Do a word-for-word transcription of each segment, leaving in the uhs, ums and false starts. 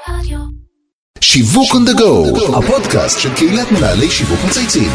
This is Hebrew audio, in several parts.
שיווק on the go, הפודקאסט של קהילת מנהלי שיווק מצייצים.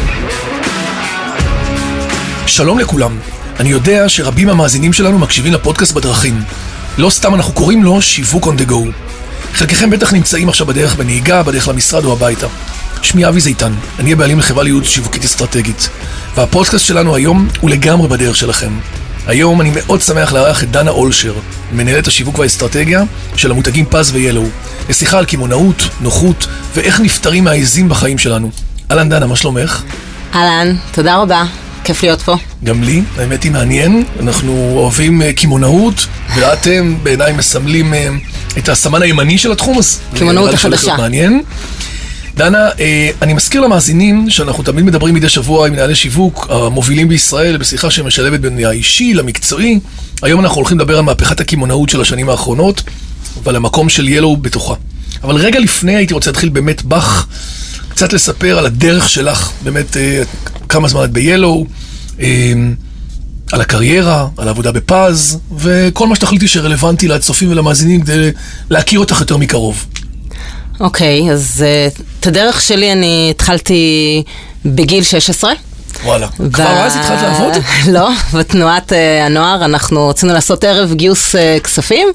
שלום לכולם, אני יודע שרבים המאזינים שלנו מקשיבים לפודקאסט בדרכים. לא סתם אנחנו קוראים לו שיווק on the go. חלקכם בטח נמצאים עכשיו בדרך בנהיגה, בדרך למשרד או הביתה. שמי אבי זיתן, אני הבעלים לחברה לייעוץ שיווקית אסטרטגית, והפודקאסט שלנו היום הוא לגמרי בדרך שלכם. היום אני מאוד שמח לארח את דנה אולשר, מנהלת השיווק והאסטרטגיה של המותגים פז וילו, לשיחה על קמעונאות, נוחות ואיך נפטרים מהעזים בחיים שלנו. אהלן דנה, מה שלומך? אהלן, תודה רבה, כיף להיות פה. גם לי, האמת היא מעניין, אנחנו אוהבים קמעונאות, ואתם בעיניי מסמלים את הסמן הימני של התחום, אז קמעונאות החדשה. מעניין. דנה, אני מזכיר למאזינים שאנחנו תמיד מדברים מדי שבוע עם מנהלי שיווק המובילים בישראל בשיחה שמשלבת בין האישי למקצועי. היום אנחנו הולכים לדבר על מהפכת הקמעונאות של השנים האחרונות ועל המקום של ילו בתוכה. אבל רגע לפני הייתי רוצה להתחיל באמת בך קצת לספר על הדרך שלך, באמת כמה זמן את ביילו, על הקריירה, על העבודה בפז וכל מה שתחליטי שרלוונטי לצופים ולמאזינים כדי להכיר אותך יותר מקרוב. אוקיי, אז את הדרך שלי אני התחלתי בגיל שש עשרה. וואלה, כבר אז התחלת לעבוד? לא, בתנועת הנוער אנחנו רצינו לעשות ערב גיוס כספים,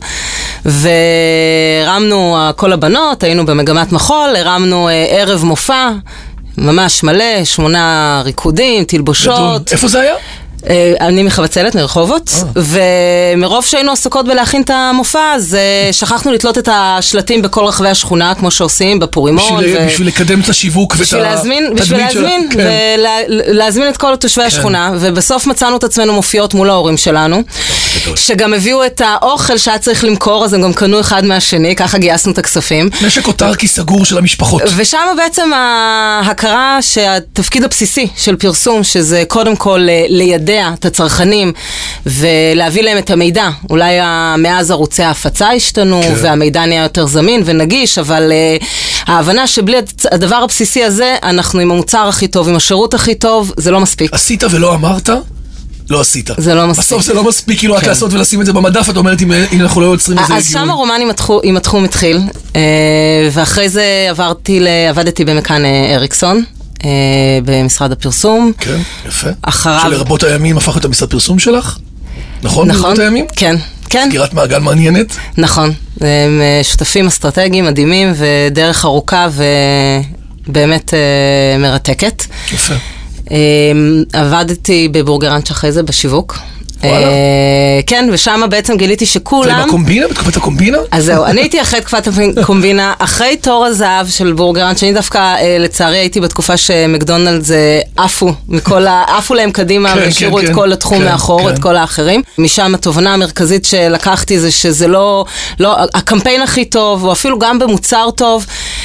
והרמנו כל הבנות, היינו במגמת מחול, הרמנו ערב מופע, ממש מלא, שמונה ריקודים, תלבושות. איפה זה היה? אני מחבצלת מרחובות, ומרוב שהיינו עסוקות בלהכין את המופע, אז שכחנו לתלות את השלטים בכל רחבי השכונה, כמו שעושים בפורימון. בשביל לקדם את השיווק ואת התדמית שלה. בשביל להזמין, ולהזמין את כל תושבי השכונה, ובסוף מצאנו את עצמנו מופיעות מול ההורים שלנו, שגם הביאו את האוכל שהיה צריך למכור, אז הם גם קנו אחד מהשני, ככה גייסנו את הכספים. נשק אוטרקי סגור של המשפחות. ושם בעצם ההכרה שהתפקיד הבסיסי של פרסום, שזה קודם כל לידע את הצרכנים ולהביא להם את המידע. אולי מאז ערוצי ההפצה השתנו, כן. והמידע נהיה יותר זמין ונגיש, אבל uh, ההבנה שבלי הדבר הבסיסי הזה, אנחנו עם המוצר הכי טוב, עם השירות הכי טוב, זה לא מספיק. עשית ולא אמרת? לא עשית. זה לא מספיק. בסוף זה לא מספיק, כאילו, כן. רק לעשות ולשים את זה במדף, את אומרת, אם, אם אנחנו לא יוצרים את זה אז שם הרומן עם, התחו, עם התחום התחיל, uh, ואחרי זה עברתי, עבדתי במכאן אריקסון, Uh, במשרד הפרסום. כן, יפה. אחריו... שלרבות הימים הפך את המשרד פרסום שלך? נכון? נכון. לרבות הימים? כן, כן. סגירת מעגל מעניינת? נכון. הם שותפים אסטרטגיים מדהימים ודרך ארוכה ובאמת uh, מרתקת. יפה. Uh, עבדתי בבורגראנץ' אחרי זה בשיווק. וואלה. כן, ושם בעצם גיליתי שכולם... זה בקומבינה? בתקופת הקומבינה? אז זהו, אני הייתי אחרי תקופת הקומבינה, אחרי תור הזהב של בורגראנץ', שאני דווקא לצערי הייתי בתקופה שמקדונלדס עפו, עפו להם קדימה והשאירו את כל התחום מאחור, את כל האחרים. משם התובנה המרכזית שלקחתי זה שזה לא, הקמפיין הכי טוב, או אפילו גם במוצר טוב,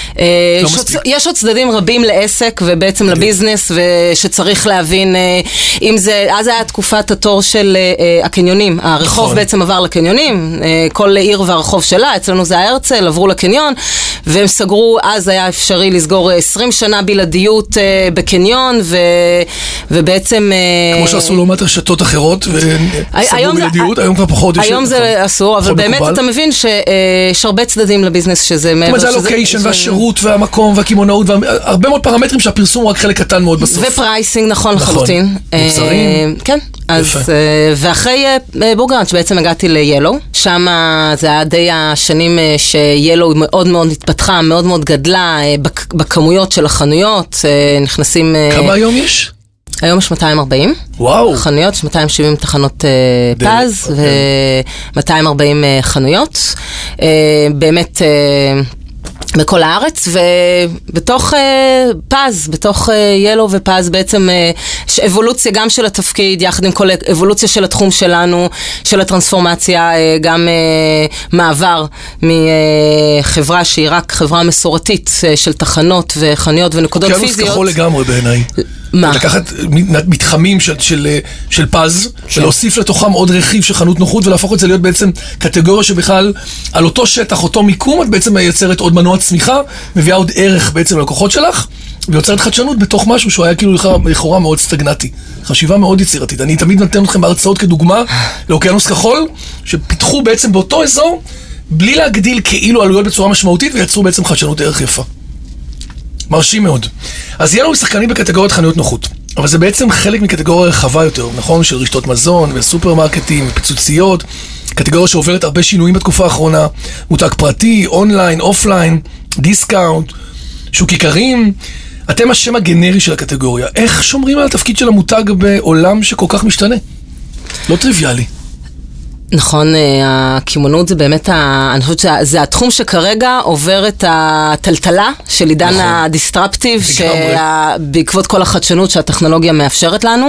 יש עוד צדדים רבים לעסק ובעצם לביזנס, ושצריך להבין אם זה, אז היה תקופת התור של הקניונים, הרחוב בעצם עבר לקניונים, כל עיר והרחוב שלה, אצלנו זה ההרצל, עברו לקניון, והם סגרו, אז היה אפשרי לסגור עשרים שנה בלעדיות בקניון, ובעצם... כמו שעשו לעומת רשתות אחרות, וסגרו בלעדיות, היום כבר פחות... היום זה אסור, אבל באמת אתה מבין שיש הרבה צדדים לביזנס שזה... זאת אומרת, זה הלוקיישן והשירות והמקום והקמעונאות, והרבה מאוד פרמטרים שהפרסום הוא רק חלק קטן מאוד בסוף. ופרייסינג, נכון, לחלוטין. מוצרים. כן. אז, ואחרי בורגראנץ' בעצם הגעתי ליילו, שם זה היה די השנים שיילו מאוד מאוד התפתחה, מאוד מאוד גדלה בכמויות של החנויות, נכנסים... כמה היום יש? היום יש מאתיים וארבעים. וואו. חנויות, יש מאתיים ושבעים תחנות פז, ו-מאתיים וארבעים חנויות. באמת... בכל הארץ, ובתוך uh, פז, בתוך uh, ילו ופז בעצם יש uh, אבולוציה גם של התפקיד, יחד עם כל אבולוציה של התחום שלנו, של הטרנספורמציה, uh, גם uh, מעבר מחברה uh, שהיא רק חברה מסורתית uh, של תחנות וחנויות ונקודות פיזיות. אוקיינוס כחול לגמרי בעיניי. מה? לקחת מתחמים של, של, של פז, כן. ולהוסיף לתוכם עוד רכיב של חנות נוחות, ולהפוך את זה להיות בעצם קטגוריה שבכלל על אותו שטח, אותו מיקום, את בעצם מייצרת עוד מנוע צמיחה, מביאה עוד ערך בעצם ללקוחות שלך, ויוצרת חדשנות בתוך משהו שהוא היה כאילו לכאורה מאוד סטגנטי. חשיבה מאוד יצירתית. אני תמיד נותן אתכם בהרצאות כדוגמה לאוקיינוס כחול, שפיתחו בעצם באותו אזור, בלי להגדיל כאילו עלויות בצורה משמעותית, ויצרו בעצם חדשנות ערך יפה. מרשים מאוד. אז יהיה לנו שחקנים בקטגוריית חנויות נוחות, אבל זה בעצם חלק מקטגוריה רחבה יותר, נכון? של רשתות מזון וסופרמרקטים ופיצוציות, קטגוריה שעוברת הרבה שינויים בתקופה האחרונה, מותג פרטי, אונליין, אופליין, דיסקאונט, שוק עיקרים. אתם השם הגנרי של הקטגוריה. איך שומרים על התפקיד של המותג בעולם שכל כך משתנה? לא טריוויאלי. נכון, הקימונות זה באמת, אני חושבת שזה התחום שכרגע עובר את הטלטלה של עידן הדיסטרפטיב, שבעקבות כל החדשנות שהטכנולוגיה מאפשרת לנו.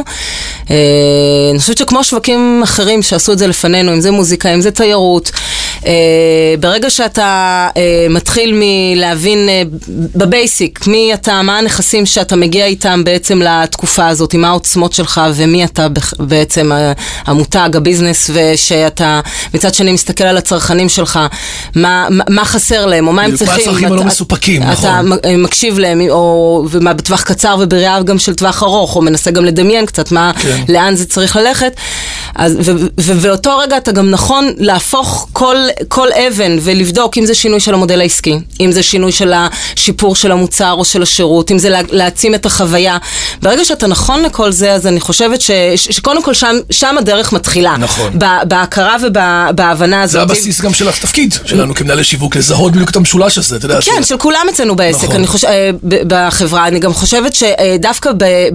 אני חושבת שכמו שווקים אחרים שעשו את זה לפנינו, אם זה מוזיקה, אם זה תיירות, ברגע שאתה מתחיל מלהבין בבייסיק, מי אתה, מה הנכסים שאתה מגיע איתם בעצם לתקופה הזאת, מה העוצמות שלך ומי אתה בעצם המותג, הביזנס, ושאתה מצד שני מסתכל על הצרכנים שלך, מה, מה חסר להם, או מה הם צריכים. מה הצרכים הלא מסופקים, נכון. אתה מקשיב להם, או ומה בטווח קצר ובראייה גם של טווח ארוך, או מנסה גם לדמיין קצת מה, כן. לאן זה צריך ללכת. אז, ו, ו, ובאותו רגע אתה גם נכון להפוך כל, כל אבן ולבדוק אם זה שינוי של המודל העסקי, אם זה שינוי של השיפור של המוצר או של השירות, אם זה לה, להעצים את החוויה. ברגע שאתה נכון לכל זה, אז אני חושבת ש, ש, שקודם כל שם, שם הדרך מתחילה. נכון. בהכרה ובהבנה הזאת. זה הבסיס גם של התפקיד שלנו כמנהלי שיווק, לזהות בדיוק את המשולש הזה, אתה יודע. כן, של כולם אצלנו בעסק, אני חושב, בחברה. אני גם חושבת שדווקא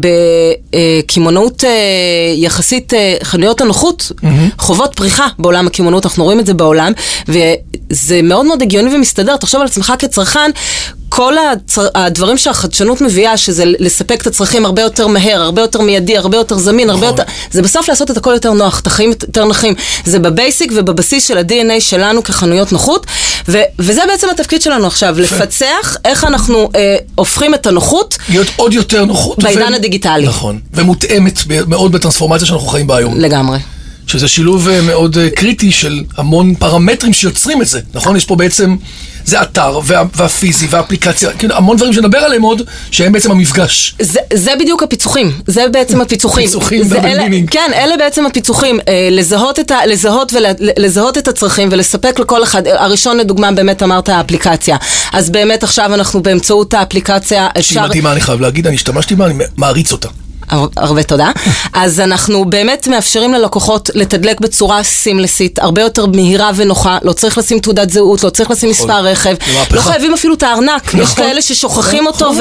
בקימונאות יחסית חנויות הנוחות, חובות פריחה בעולם הקימונאות, אנחנו רואים את זה בעולם, וזה מאוד מאוד הגיוני ומסתדר. תחשוב על עצמך כצרכן, כל הצר... הדברים שהחדשנות מביאה, שזה לספק את הצרכים הרבה יותר מהר, הרבה יותר מיידי, הרבה יותר זמין, הרבה יותר... זה בסוף לעשות את הכל יותר נוח, את החיים יותר נחים. זה בבייסיק ובבסיס של ה-די אן איי שלנו כחנויות נוחות, ו... וזה בעצם התפקיד שלנו עכשיו, לפצח איך אנחנו אה, הופכים את הנוחות... להיות עוד יותר נוחות. בעידן ו... הדיגיטלי. נכון. ומותאמת מאוד בטרנספורמציה שאנחנו חיים בה היום. לגמרי. שזה שילוב מאוד קריטי של המון פרמטרים שיוצרים את זה, נכון? יש פה בעצם, זה אתר וה, והפיזי והאפליקציה, כאילו המון דברים שנדבר עליהם עוד, שהם בעצם המפגש. זה, זה בדיוק הפיצוחים, זה בעצם הפיצוחים. פיצוחים ובלמינינג. כן, אלה בעצם הפיצוחים, לזהות את, ה, לזהות ולזהות את הצרכים ולספק לכל אחד. הראשון לדוגמה באמת אמרת האפליקציה, אז באמת עכשיו אנחנו באמצעות האפליקציה אפשר... שהיא מדהימה, אני חייב להגיד, אני השתמשתי בה, אני מעריץ אותה. הרבה תודה. אז אנחנו באמת מאפשרים ללקוחות לתדלק בצורה סימלסית, הרבה יותר מהירה ונוחה, לא צריך לשים תעודת זהות, לא צריך לשים מספר רכב, לא חייבים אפילו את הארנק, יש כאלה ששוכחים אותו,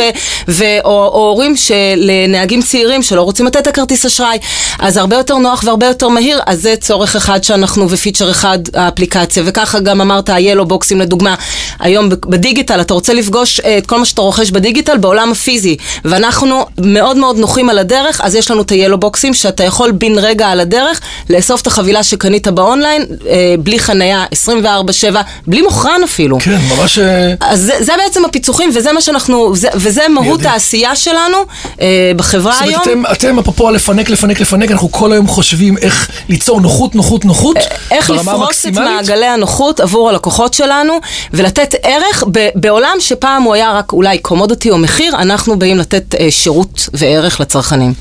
או הורים לנהגים צעירים שלא רוצים לתת את הכרטיס אשראי, אז הרבה יותר נוח והרבה יותר מהיר, אז זה צורך אחד שאנחנו ופיצ'ר אחד האפליקציה, וככה גם אמרת ה-Yellow Boxים לדוגמה, היום בדיגיטל אתה רוצה לפגוש את כל מה שאתה רוכש בדיגיטל בעולם הפיזי, ואנחנו מאוד מאוד נוחים על הדרך, אז יש לנו את ה-Yellow Boxים שאתה יכול בין רגע על הדרך לאסוף את החבילה שקנית באונליין, אה, בלי חנייה, עשרים וארבע שבע, בלי מוכרן אפילו. כן, ממש... אז זה, זה בעצם הפיצוחים, וזה מה שאנחנו, זה, וזה מהות העשייה שלנו אה, בחברה זאת היום. אתם, אתם אפרופו לפנק, לפנק, לפנק, אנחנו כל היום חושבים איך ליצור נוחות, נוחות, נוחות, איך לפרוס את מעגלי הנוחות עבור הלקוחות שלנו, ולתת ערך ב, בעולם שפעם הוא היה רק אולי קומודיטי או מחיר, אנחנו באים לתת אה, שירות וערך לצרכנים.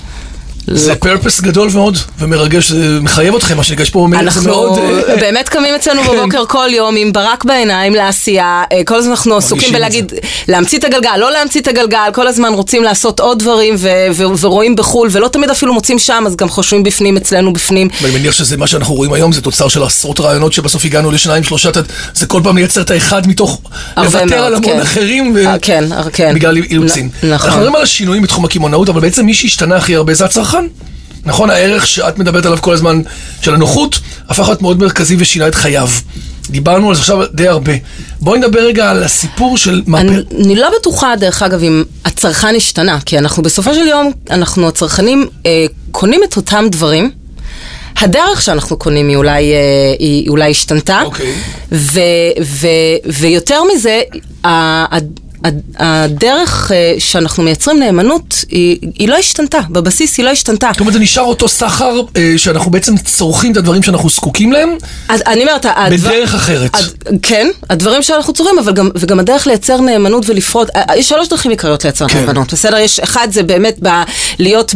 זה פרפס גדול מאוד ומרגש, זה מחייב אתכם, מה שניגש פה אומר, זה מאוד... אנחנו באמת קמים אצלנו בבוקר כל יום עם ברק בעיניים לעשייה, כל הזמן אנחנו עסוקים בלהגיד, להמציא את הגלגל, לא להמציא את הגלגל, כל הזמן רוצים לעשות עוד דברים ורואים בחול, ולא תמיד אפילו מוצאים שם, אז גם חושבים בפנים אצלנו בפנים. ואני מניח שזה מה שאנחנו רואים היום, זה תוצר של עשרות רעיונות שבסוף הגענו לשניים, שלושה, זה כל פעם לייצר את האחד מתוך לוותר על המון אחרים בגלל אילוצים. אנחנו מדברים על השינויים בתחום הקמעונאות, אבל בעצם מי שהשתנה הכי הרבה זה הצרכן. נכון, הערך שאת מדברת עליו כל הזמן של הנוחות, הפך להיות מאוד מרכזי ושינה את חייו. דיברנו על זה עכשיו די הרבה. בואי נדבר רגע על הסיפור של... אני, אני לא בטוחה, דרך אגב, אם הצרכן השתנה, כי אנחנו בסופו של יום, אנחנו הצרכנים אה, קונים את אותם דברים, הדרך שאנחנו קונים היא אולי, אה, היא אולי השתנתה, אוקיי. ו, ו, ויותר מזה, ה, הדרך שאנחנו מייצרים נאמנות היא לא השתנתה, בבסיס היא לא השתנתה. זאת אומרת, זה נשאר אותו סחר שאנחנו בעצם צורכים את הדברים שאנחנו זקוקים להם? אני אומרת, בדרך אחרת. כן, הדברים שאנחנו צורכים, אבל וגם הדרך לייצר נאמנות ולפרוד, יש שלוש דרכים עיקריות לייצר נאמנות, בסדר? יש אחד, זה באמת להיות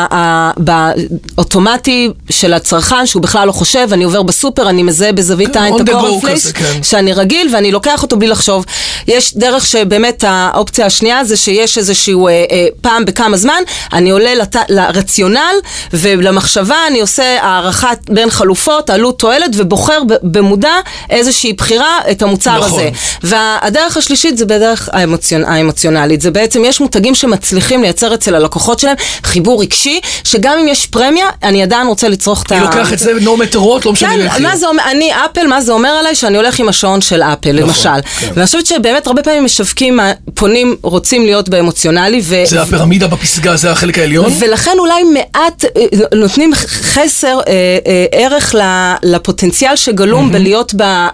באוטומטי של הצרכן, שהוא בכלל לא חושב, אני עובר בסופר, אני מזהה בזווית העין את הקורנפלקס, שאני רגיל ואני לוקח אותו בלי לחשוב. יש דרך שבאמת האופציה השנייה זה שיש איזשהו פעם בכמה זמן, אני עולה לרציונל ולמחשבה, אני עושה הערכת בין חלופות, עלות תועלת, ובוחר במודע איזושהי בחירה את המוצר הזה. והדרך השלישית זה בדרך האמוציונלית. זה בעצם, יש מותגים שמצליחים לייצר אצל הלקוחות שלהם חיבור רגשי, שגם אם יש פרמיה, אני עדיין רוצה לצרוך את ה... אני לוקח את זה נו מטרות, לא משנה לי. אני אפל, מה זה אומר עליי? שאני הולך עם השעון של אפל, למשל. ואני חושבת שבאמת הרבה פעמים משווקים, פונים, רוצים להיות באמוציונלי. זה הפירמידה בפסגה, זה החלק העליון. ולכן אולי מעט נותנים חסר ערך לפוטנציאל שגלום בלהיות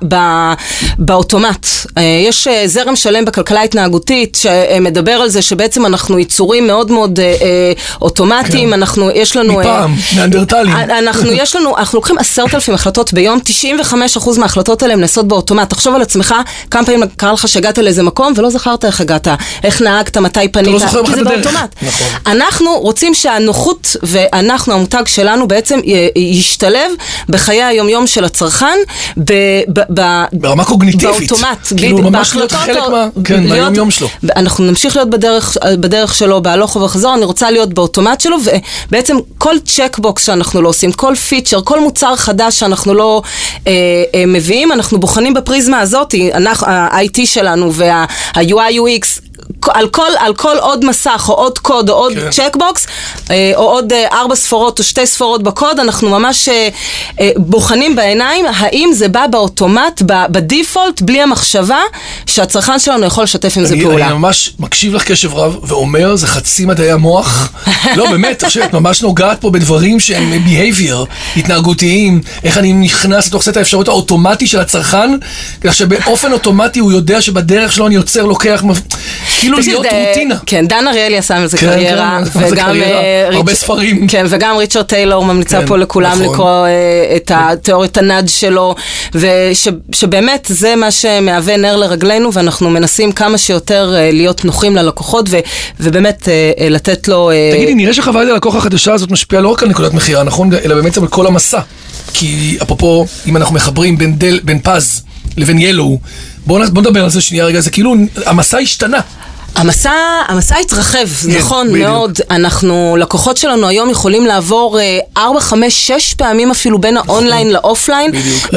באוטומט. יש זרם שלם בכלכלה התנהגותית שמדבר על זה שבעצם אנחנו יצורים מאוד מאוד אוטומטיים, אנחנו, יש לנו... מפעם, נאנדרטלים. אנחנו, יש לנו, אנחנו לוקחים עשרת אלפים החלטות ביום, תשעים וחמישה אחוז מההחלטות האלה נעשות באוטומט. תחשוב על עצמך, כמה פעמים קרה לך שהגעת לאיזה מקום ולא זכרת איך הגעת, איך נהגת, מתי פנית, כי זה באוטומט. אנחנו רוצים שהנוחות ואנחנו, המותג שלנו בעצם ישתלב בחיי היומיום של הצרכן, ברמה קוגניטיבית. באוטומט. כאילו ממש להיות חלק מהיום יום שלו. אנחנו נמשיך להיות בדרך שלו, בהלוך ובחזור, אני רוצה להיות באוטומט שלו, ובעצם כל צ'קבוקס שאנחנו לא עושים, כל פיצ'ר, כל מוצר חדש שאנחנו לא מביאים, אנחנו בוחנים בפריזמה הזאת, ה-איי טי שלנו וה-יו איי יו אקס, על כל, על כל עוד מסך או עוד קוד או עוד צ'קבוקס או עוד ארבע ספרות או שתי ספרות בקוד, אנחנו ממש בוחנים בעיניים האם זה בא באוטומט, בדיפולט, בלי המחשבה שהצרכן שלנו יכול לשתף עם זה פעולה. אני ממש מקשיב לך קשב רב ואומר, זה חצי מדעי המוח. לא, באמת, את ממש נוגעת פה בדברים שהם behavior, התנהגותיים, איך אני נכנס לתוך סט האפשרות האוטומטי של הצרכן, כך שבאופן אוטומטי הוא יודע שבדרך שלו אני יוצר, לוקח, כאילו להיות רוטינה. כן, דן אריאלי עשה מזה קריירה, וגם הרבה ספרים. כן, וגם ריצ'רד טיילור ממליצה פה לכולם לקרוא את התיאוריית הנאג' שלו, ושבאמת זה מה שמהווה נר לרגלינו, ואנחנו מנסים כמה שיותר להיות נוחים ללקוחות, ובאמת לתת לו... תגידי, נראה שחוויית הלקוח החדשה הזאת משפיעה לא רק על נקודת מחירה, נכון? אלא באמת על כל המסע. כי אפרופו, אם אנחנו מחברים בין פז לבין ילו, בואו נדבר על זה שנייה רגע, זה כאילו, המסע השתנה. המסע, המסע התרחב, נכון מאוד. אנחנו, לקוחות שלנו היום יכולים לעבור ארבע, חמש, שש פעמים אפילו בין האונליין לאופליין.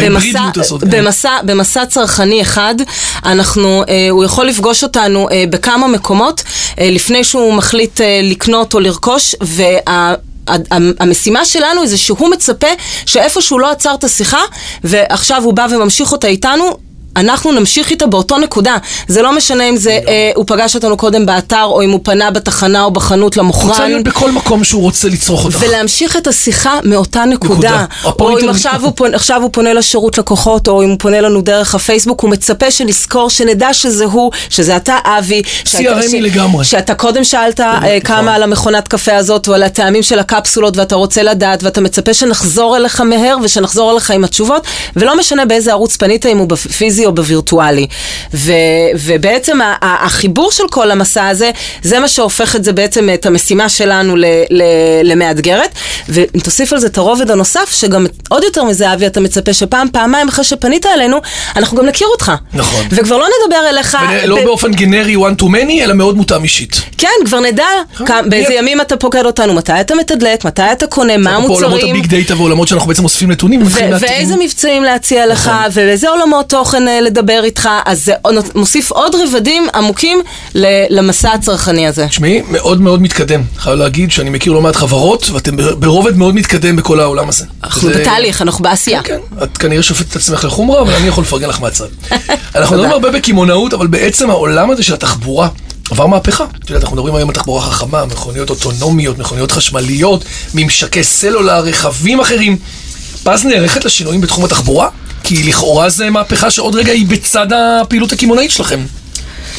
במסע צרכני אחד, אנחנו, הוא יכול לפגוש אותנו בכמה מקומות, לפני שהוא מחליט לקנות או לרכוש, וה... המשימה שלנו זה שהוא מצפה שאיפה שהוא לא עצר את השיחה ועכשיו הוא בא וממשיך אותה איתנו, אנחנו נמשיך איתה באותו נקודה. זה לא משנה אם זה, אה, הוא פגש אותנו קודם באתר, או אם הוא פנה בתחנה או בחנות למוכרן. רוצה להיות בכל מקום שהוא רוצה לצרוך אותך. ולהמשיך את השיחה מאותה נקודה. נקודה. או אם עכשיו הוא, פונה, עכשיו הוא פונה לשירות לקוחות, או אם הוא פונה לנו דרך הפייסבוק, הוא מצפה שנזכור, שנדע שזה הוא, שזה אתה אבי. סי אר אמי לגמרי. שאתה קודם שאלת אה, כמה על המכונת קפה הזאת, או על הטעמים של הקפסולות, ואתה רוצה לדעת, ואתה מצפה שנחזור אליך מהר, ושנחזור אליך עם התשובות, ולא משנה באיזה ערוץ פנית, אם הוא בפיזי או בווירטואלי. ו, ובעצם החיבור של כל המסע הזה, זה מה שהופך את זה בעצם, את המשימה שלנו ל, ל, למאתגרת, ותוסיף על זה את הרובד הנוסף, שגם עוד יותר מזה, אבי, אתה מצפה שפעם, פעמיים אחרי שפנית אלינו, אנחנו גם נכיר אותך. נכון. וכבר לא נדבר אליך... לא ב... באופן גנרי one to many, אלא מאוד מותאם אישית. כן, כבר נדע כמה, באיזה ימים אתה פוקד אותנו, מתי אתה מתדלק, מתי אתה קונה, מה המוצרים. פה עולמות הביג דאטה ועולמות שאנחנו בעצם אוספים נתונים. ואיזה מבצעים להציע לך, ואיזה עולמות תוכן לדבר איתך, אז זה מוסיף עוד רבדים עמוקים למסע הצרכני הזה. תשמעי, מאוד מאוד מתקדם. חייב להגיד שאני מכיר לא מעט חברות, ואתם ברובד מאוד מתקדם בכל העולם הזה. אנחנו בתהליך, אנחנו בעשייה. כן, את כנראה שופטת את עצמך לחומרה, אבל אני יכול לפרגן לך מהצד. אנחנו מדברים הרבה בקימונאות, אבל בעצם העולם הזה של התחבורה עבר מהפכה. את יודעת, אנחנו מדברים היום על תחבורה חכמה, מכוניות אוטונומיות, מכוניות חשמליות, ממשקי סלולר, רכבים אחרים. פז נערכת לשינויים בתחום התחבורה? כי לכאורה זה מהפכה שעוד רגע היא בצד הפעילות הקימונאית שלכם.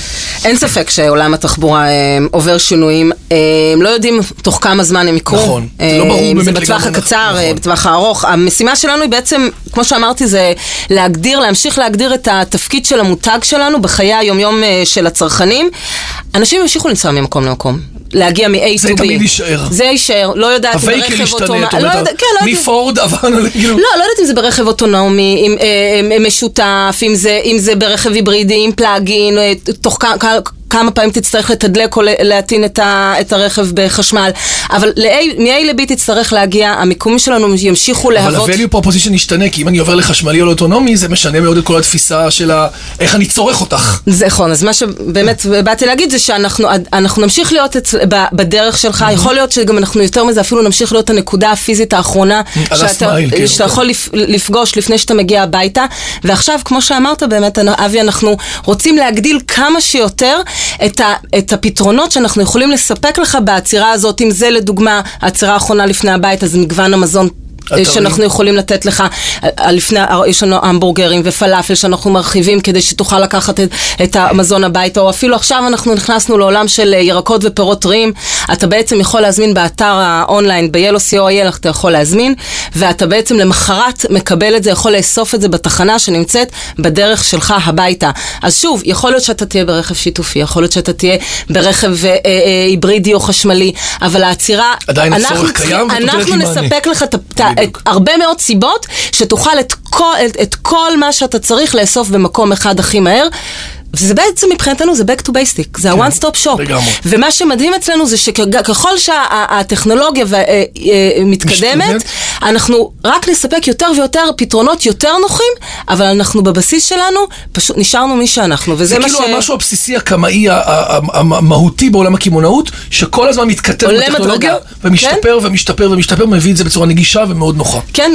אין ספק שעולם התחבורה עובר שינויים, לא יודעים תוך כמה זמן הם יקרו. נכון, זה לא ברור באמת לגמרי. זה בטווח הקצר, בטווח הארוך. המשימה שלנו היא בעצם, כמו שאמרתי, זה להגדיר, להמשיך להגדיר את התפקיד של המותג שלנו בחיי היומיום של הצרכנים. אנשים ימשיכו לנסוע ממקום למקום. להגיע מ-A to B. זה תמיד יישאר. זה יישאר, לא יודעת אם ברכב אוטונומי. מפורד עברנו. לא, לא יודעת אם זה ברכב אוטונומי, משותף, אם זה ברכב היברידי, עם פלאגין, תוך כמה פעמים תצטרך לתדלק או להטעין את הרכב בחשמל. אבל מ-A ל-B תצטרך להגיע, המיקומים שלנו ימשיכו להוות... אבל ה-value proposition ישתנה, כי אם אני עובר לחשמלי או לאוטונומי, זה משנה מאוד את כל התפיסה של איך אני צורך אותך. זה נכון, אז מה שבאמת באתי להגיד זה שאנחנו נמשיך להיות בדרך שלך, יכול להיות שגם אנחנו יותר מזה אפילו נמשיך להיות הנקודה הפיזית האחרונה, שאתה יכול לפגוש לפני שאתה מגיע הביתה, ועכשיו, כמו שאמרת באמת, אבי, אנחנו רוצים להגדיל כמה שיותר את, ה, את הפתרונות שאנחנו יכולים לספק לך בעצירה הזאת, אם זה לדוגמה העצירה האחרונה לפני הבית, אז מגוון המזון שאנחנו יכולים לתת לך, לפני, יש לנו המבורגרים ופלאפל שאנחנו מרחיבים כדי שתוכל לקחת את, את המזון הביתה, או אפילו עכשיו אנחנו נכנסנו לעולם של ירקות ופירות טריים, אתה בעצם יכול להזמין באתר האונליין, ב-Yellow סי או איי אל, אתה יכול להזמין, ואתה בעצם למחרת מקבל את זה, יכול לאסוף את זה בתחנה שנמצאת בדרך שלך הביתה. אז שוב, יכול להיות שאתה תהיה ברכב שיתופי, יכול להיות שאתה תהיה ברכב אה, אה, היברידי או חשמלי, אבל העצירה, עדיין הצורך קיים, אנחנו נספק לך את הרבה מאוד סיבות שתוכל את כל, את, את כל מה שאתה צריך לאסוף במקום אחד הכי מהר, וזה בעצם מבחינתנו זה back to basic, זה ה-one stop shop. לגמרי. ומה שמדהים אצלנו זה שככל שהטכנולוגיה מתקדמת, אנחנו רק נספק יותר ויותר פתרונות יותר נוחים, אבל אנחנו בבסיס שלנו פשוט נשארנו מי שאנחנו. זה כאילו המשהו הבסיסי, הקמאי, המהותי בעולם הכימונאות, שכל הזמן מתכתב בטכנולוגיה, ומשתפר ומשתפר ומשתפר, מביא את זה בצורה נגישה ומאוד נוחה. כן,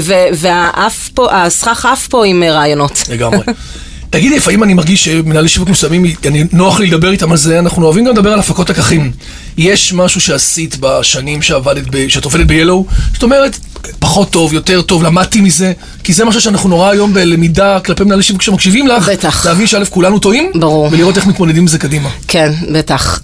והסכך אף פה עם רעיונות. לגמרי. תגידי, לפעמים אני מרגיש שמנהלי שיווק מסוימים, אני נוח לי לדבר איתם על זה, אנחנו אוהבים גם לדבר על הפקות לקחים. יש משהו שעשית בשנים שעבדת, שאת עובדת ב-Yellow, זאת אומרת, פחות טוב, יותר טוב, למדתי מזה, כי זה משהו שאנחנו נורא היום בלמידה כלפי מנהלי שיווק שמקשיבים לך, בטח. להבין שא' כולנו טועים, ברור. ולראות איך מתמודדים עם זה קדימה. כן, בטח.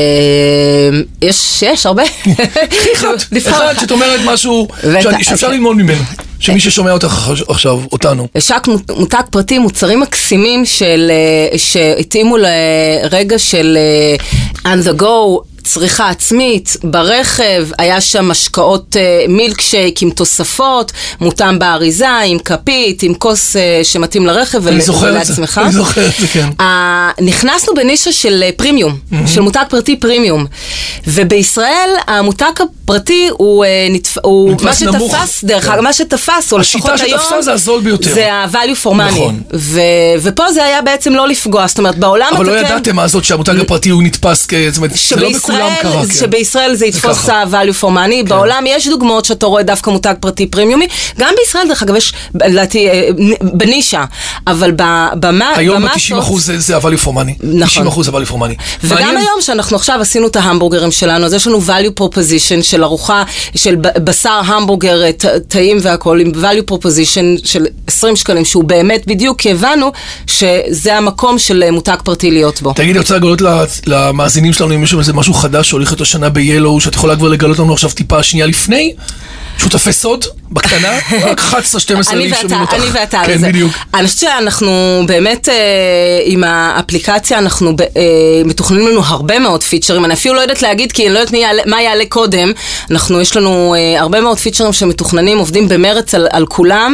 יש, יש, הרבה. אחד, אחד שאת אומרת משהו שאפשר ללמוד ממנו. שמי ששומע אותך עכשיו, אותנו. השק מותג פרטי, מוצרים מקסימים של, שהתאימו לרגע של on the go, צריכה עצמית, ברכב, היה שם משקאות מילקשייק עם תוספות, מותאם באריזה, עם כפית, עם כוס שמתאים לרכב ולעצמך. אני זוכר את זה, אני זוכר את זה, כן. נכנסנו בנישה של פרימיום, של מותג פרטי פרימיום, ובישראל המותג הפרטי הוא מה שתפס, דרך אגב, מה שתפס, או לפחות היום, השיטה שתפסה זה הזול ביותר. זה ה-value for money. נכון. ופה זה היה בעצם לא לפגוע, זאת אומרת, בעולם אבל לא ידעתם מה זאת שהמותג הפרטי הוא נתפס, זה לא בכולם. שבישראל זה יתפוס ה-value for money, בעולם יש דוגמאות שאתה רואה דווקא מותג פרטי פרימיומי, גם בישראל דרך אגב יש בנישה, אבל במה... היום ב-תשעים אחוז זה ה-value for money. נכון. תשעים אחוז ה-value for money. וגם היום שאנחנו עכשיו עשינו את ההמבורגרים שלנו, אז יש לנו value proposition של ארוחה, של בשר המבורגר, טעים והכל, עם value proposition של עשרים שקלים, שהוא באמת בדיוק הבנו שזה המקום של מותג פרטי להיות בו. תגידי, רוצה לגלות למאזינים שלנו אם יש איזה משהו חדש שהוליך את השנה ב-Yellow, שאת יכולה כבר לגלות לנו עכשיו טיפה שנייה לפני, שותפי סוד, בקטנה, רק אחת עשרה שתים עשרה לי שומעים אותך. אני ואתה, כן, בדיוק. אני חושבת שאנחנו באמת, עם האפליקציה, אנחנו מתוכננים לנו הרבה מאוד פיצ'רים, אני אפילו לא יודעת להגיד, כי אני לא יודעת מה יעלה קודם, אנחנו, יש לנו הרבה מאוד פיצ'רים שמתוכננים, עובדים במרץ על כולם,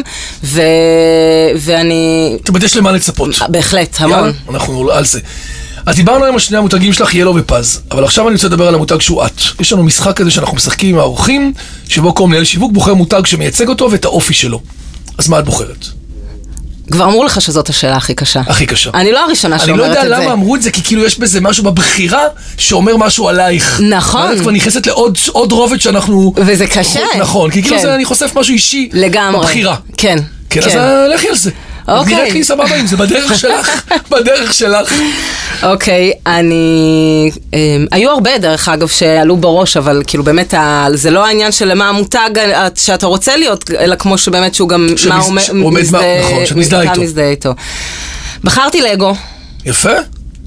ואני... זאת אומרת, יש למה לצפות. בהחלט, המון. אנחנו על זה. אז דיברנו היום על שני המותגים שלך, Yellow ופז, אבל עכשיו אני רוצה לדבר על המותג שהוא את. יש לנו משחק כזה שאנחנו משחקים עם האורחים, שבו כל מנהל שיווק בוחר מותג שמייצג אותו ואת האופי שלו. אז מה את בוחרת? כבר אמרו לך שזאת השאלה הכי קשה. הכי קשה. אני לא הראשונה שאומרת את זה. אני לא יודע למה אמרו את זה, כי כאילו יש בזה משהו בבחירה שאומר משהו עלייך. נכון. ואז כבר נכנסת לעוד רובד שאנחנו... וזה קשה. נכון, כי כאילו זה אני חושף משהו אישי בבחירה. כן. כן, אז לכי על זה. אוקיי. נראית לי סבבה אם זה בדרך שלך, בדרך שלך. אוקיי, אני... היו הרבה דרך אגב שעלו בראש, אבל כאילו באמת זה לא העניין של מה המותג שאתה רוצה להיות, אלא כמו שבאמת שהוא גם... נכון, שמזדהה איתו. בחרתי לגו. יפה.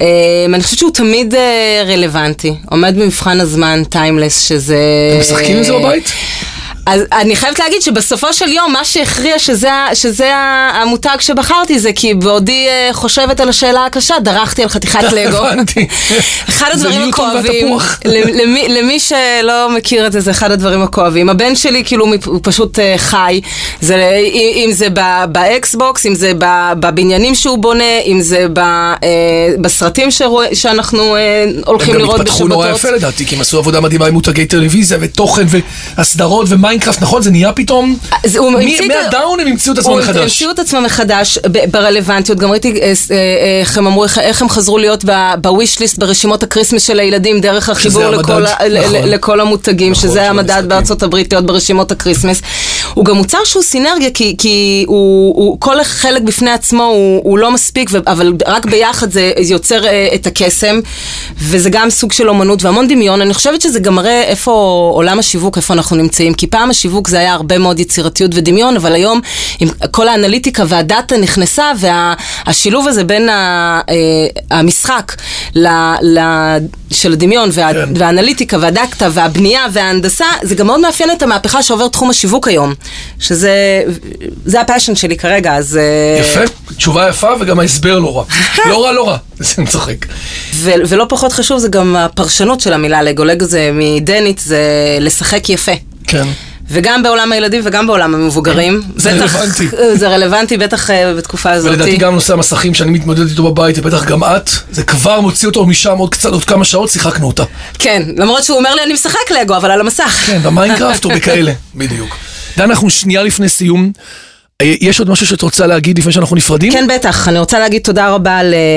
אני חושבת שהוא תמיד רלוונטי, עומד במבחן הזמן, טיימלס, שזה... אתם משחקים עם זה בבית? אז אני חייבת להגיד שבסופו של יום, מה שהכריע שזה, שזה המותג שבחרתי, זה כי בעודי חושבת על השאלה הקשה, דרכתי על חתיכת לגו. הבנתי. אחד הדברים הכואבים, למי, למי שלא מכיר את זה, זה אחד הדברים הכואבים. הבן שלי, כאילו, הוא פשוט חי. זה, אם זה באקסבוקס, אם זה בבניינים שהוא בונה, אם זה בסרטים שאנחנו הולכים לראות בשבתות. הם גם התפתחו נורא יפה לדעתי, כי הם עשו עבודה מדהימה עם מותגי טלוויזיה ותוכן והסדרות ומה מיינקראפט, נכון? זה נהיה פתאום, מהדאון הם המציאו את עצמם מחדש. הם המציאו את עצמם מחדש ברלוונטיות. גם ראיתי איך הם אמרו, איך הם חזרו להיות בוויש ליסט, ברשימות הקריסמס של הילדים, דרך החיבור לכל המותגים, שזה המדד בארצות הברית להיות ברשימות הקריסמס. הוא גם מוצר שהוא סינרגיה, כי כל חלק בפני עצמו הוא לא מספיק, אבל רק ביחד זה יוצר את הקסם, וזה גם סוג של אומנות והמון דמיון. אני חושבת שזה גם מראה איפה עולם השיווק, איפה אנחנו נמצאים, כי פעם השיווק זה היה הרבה מאוד יצירתיות ודמיון, אבל היום עם כל האנליטיקה והדאטה נכנסה, והשילוב הזה בין המשחק של הדמיון והאנליטיקה והדאטה והבנייה וההנדסה, זה גם מאוד מאפיין את המהפכה שעובר תחום השיווק היום, שזה הפאשן שלי כרגע, אז... יפה, תשובה יפה וגם ההסבר לא רע. לא רע, לא רע, זה מצחק. ולא פחות חשוב, זה גם הפרשנות של המילה לגו. לגו זה מדנית, זה לשחק יפה. כן. וגם בעולם הילדים וגם בעולם המבוגרים. זה רלוונטי. זה רלוונטי, בטח בתקופה הזאת. ולדעתי גם נושא המסכים שאני מתמודד איתו בבית, ובטח גם את, זה כבר מוציא אותו משם עוד קצת, עוד כמה שעות, שיחקנו אותה. כן, למרות שהוא אומר לי, אני משחק לגו, אבל על המסך. כן, במיינקראפט או בכאלה, בדיוק. דן, אנחנו שנייה לפני סיום. יש עוד משהו שאת רוצה להגיד לפני שאנחנו נפרדים? כן, בטח. אני רוצה להגיד תודה רבה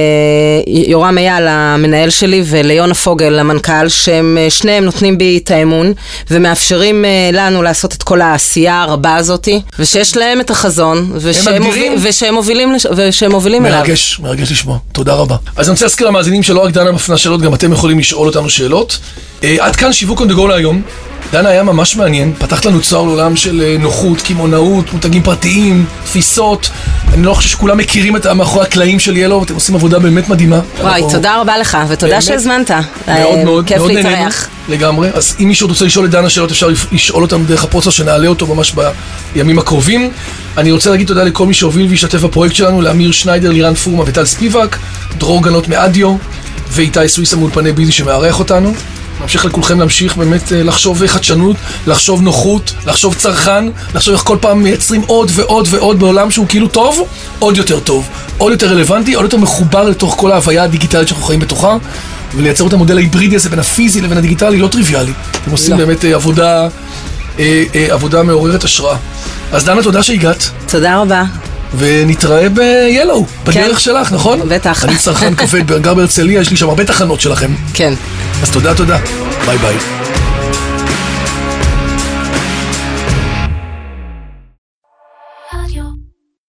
ליורם אייל, המנהל שלי, וליונה פוגל, המנכ"ל, שהם שניהם נותנים בי את האמון, ומאפשרים לנו לעשות את כל העשייה הרבה הזאת, ושיש להם את החזון, ושהם מובילים, ושהם מובילים אליו. מרגש, מרגש לשמוע. תודה רבה. אז אני רוצה להזכיר למאזינים שלא רק דנה מפנה שאלות, גם אתם יכולים לשאול אותנו שאלות. עד כאן שיווק on the go להיום. דנה היה ממש מעניין, פתחת לנו צוהר לעולם של נוחות, קמעונאות, מותגים פרטיים, תפיסות. אני לא חושב שכולם מכירים את מאחורי הקלעים של ילו, ואתם עושים עבודה באמת מדהימה. וואי, תודה רבה לך, ותודה שהזמנת. מאוד מאוד, כיף להתארח. לגמרי. אז אם מישהו רוצה לשאול את דנה שאלות, אפשר לשאול אותם דרך הפרוצה, שנעלה אותו ממש בימים הקרובים. אני רוצה להגיד תודה לכל מי שהוביל והשתתף בפרויקט שלנו, לאמיר שניידר, לירן פורמה וטל ספיבק, דרור גנות מאדיו, ואיתי סוויסה מאולפני ביזי שמארח אותנו. נמשיך לכולכם להמשיך באמת לחשוב חדשנות, לחשוב נוחות, לחשוב צרכן, לחשוב איך כל פעם מייצרים עוד ועוד ועוד בעולם שהוא כאילו טוב, עוד יותר טוב, עוד יותר רלוונטי, עוד יותר מחובר לתוך כל ההוויה הדיגיטלית שאנחנו חיים בתוכה, ולייצר את המודל ההיברידי הזה בין הפיזי לבין הדיגיטלי לא טריוויאלי. אתם עושים באמת עבודה, עבודה מעוררת השראה. אז דנה, תודה שהגעת. תודה רבה. ונתראה ב-ילו, בדרך שלך, נכון? בטח. אני צרכן כבד, גר בהרצליה, יש לי שם הרבה תחנות שלכם. כן. אז תודה, תודה. ביי ביי.